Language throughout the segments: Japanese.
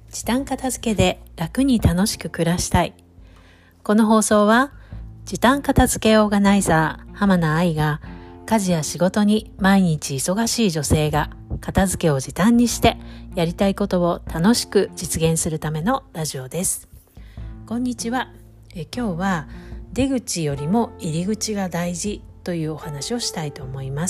時短片付けで楽に楽しく暮らしたい。この放送は時短片付けオーガナイザー浜名愛が家事や仕事に毎日忙しい女性が片付けを時短にしてやりたいことを楽しく実現するためのラジオです。こんにちは。今日は出口よりも入り口が大事というお話をしたいと思います。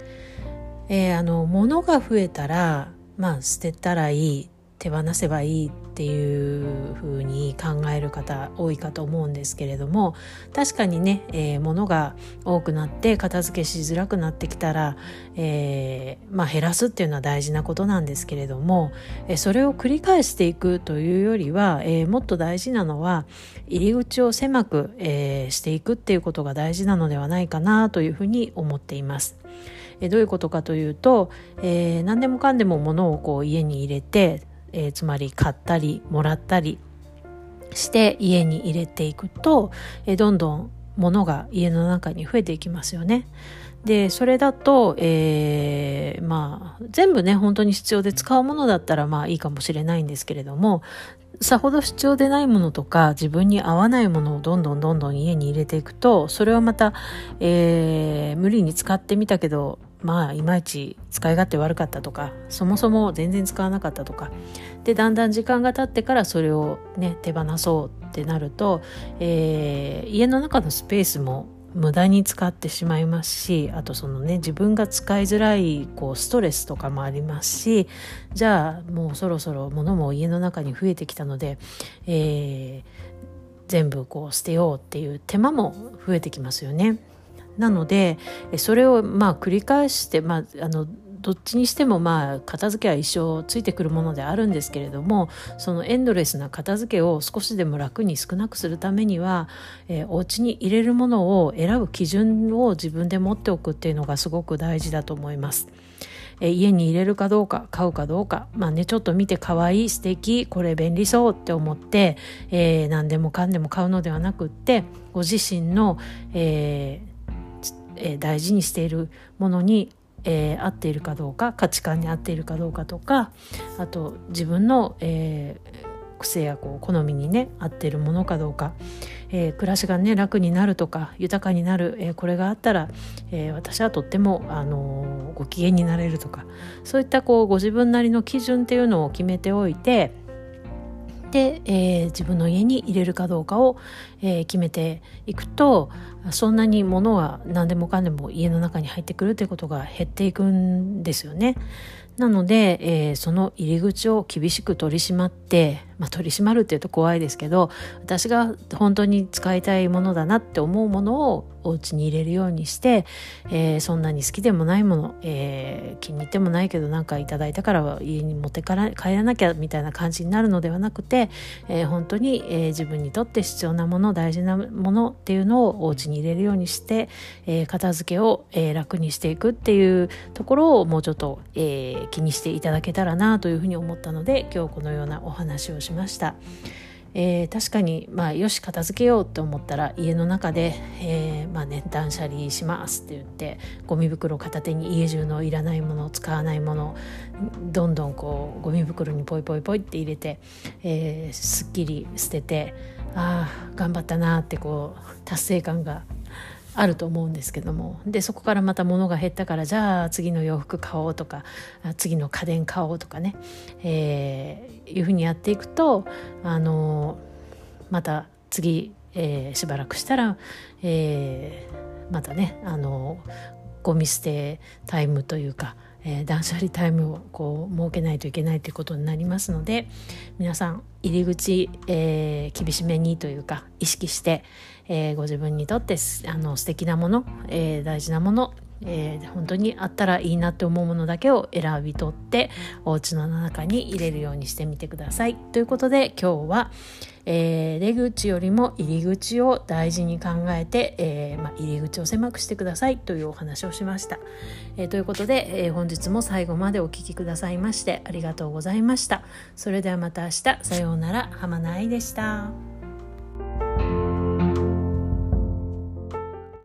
物が増えたら捨てたらいい、手放せばいいっていう風に考える方多いかと思うんですけれども、確かにね、物が多くなって片付けしづらくなってきたら、減らすっていうのは大事なことなんですけれども、それを繰り返していくというよりは、もっと大事なのは入り口を狭く、していくっていうことが大事なのではないかなというふうに思っています。どういうことかというと、何でもかんでも物を家に入れて、つまり買ったりもらったりして家に入れていくと、どんどん物が家の中に増えていきますよね。でそれだと、全部ね本当に必要で使うものだったらいいかもしれないんですけれども、さほど必要でないものとか自分に合わないものをどんどん家に入れていくと、それはまた、無理に使ってみたけどいまいち使い勝手悪かったとか、そもそも全然使わなかったとかで、だんだん時間が経ってからそれを手放そうってなると、家の中のスペースも無駄に使ってしまいますし、あと自分が使いづらいストレスとかもありますし、じゃあもうそろそろ物も家の中に増えてきたので、全部捨てようっていう手間も増えてきますよね。なのでそれを繰り返してどっちにしても片付けは一生ついてくるものであるんですけれども、そのエンドレスな片付けを少しでも楽に少なくするためには、お家に入れるものを選ぶ基準を自分で持っておくっていうのがすごく大事だと思います。家に入れるかどうか買うかどうか、ちょっと見て可愛い素敵これ便利そうって思って、何でもかんでも買うのではなくって、ご自身の、大事にしているものに合っているかどうか、価値観に合っているかどうかとか、あと自分の、癖や好みに合っているものかどうか、暮らしが楽になるとか豊かになる、これがあったら、私はとってもご機嫌になれるとか、そういったご自分なりの基準っていうのを決めておいて、で、自分の家に入れるかどうかを、決めていくと、そんなに物は何でもかんでも家の中に入ってくるということが減っていくんですよね。なので、その入り口を厳しく取り締まって、取り締まるっていうと怖いですけど、私が本当に使いたいものだなって思うものをお家に入れるようにして、そんなに好きでもないもの、気に入ってもないけどいただいたから家に持って帰らなきゃみたいな感じになるのではなくて、本当に、自分にとって必要なもの、大事なものっていうのをお家に入れるようにして、片付けを、楽にしていくっていうところをもうちょっと、気にしていただけたらなというふうに思ったので、今日このようなお話をしました。確かによし片付けようと思ったら家の中で、断捨離しますって言ってゴミ袋片手に家中のいらないもの、使わないものどんどんゴミ袋にポイポイポイって入れて、すっきり捨てて、頑張ったなって達成感があると思うんですけども、でそこからまた物が減ったから、じゃあ次の洋服買おうとか次の家電買おうとかいうふうにやっていくと、また次、しばらくしたら、またゴミ捨てタイムというか、断捨離タイムを設けないといけないということになりますので、皆さん入り口、厳しめにというか意識して、ご自分にとって素敵なもの、大事なもの、本当にあったらいいなって思うものだけを選び取ってお家の中に入れるようにしてみてください。ということで今日は、出口よりも入り口を大事に考えて、入り口を狭くしてくださいというお話をしました。ということで、本日も最後までお聞きくださいましてありがとうございました。それではまた明日、さようなら。浜名愛でした。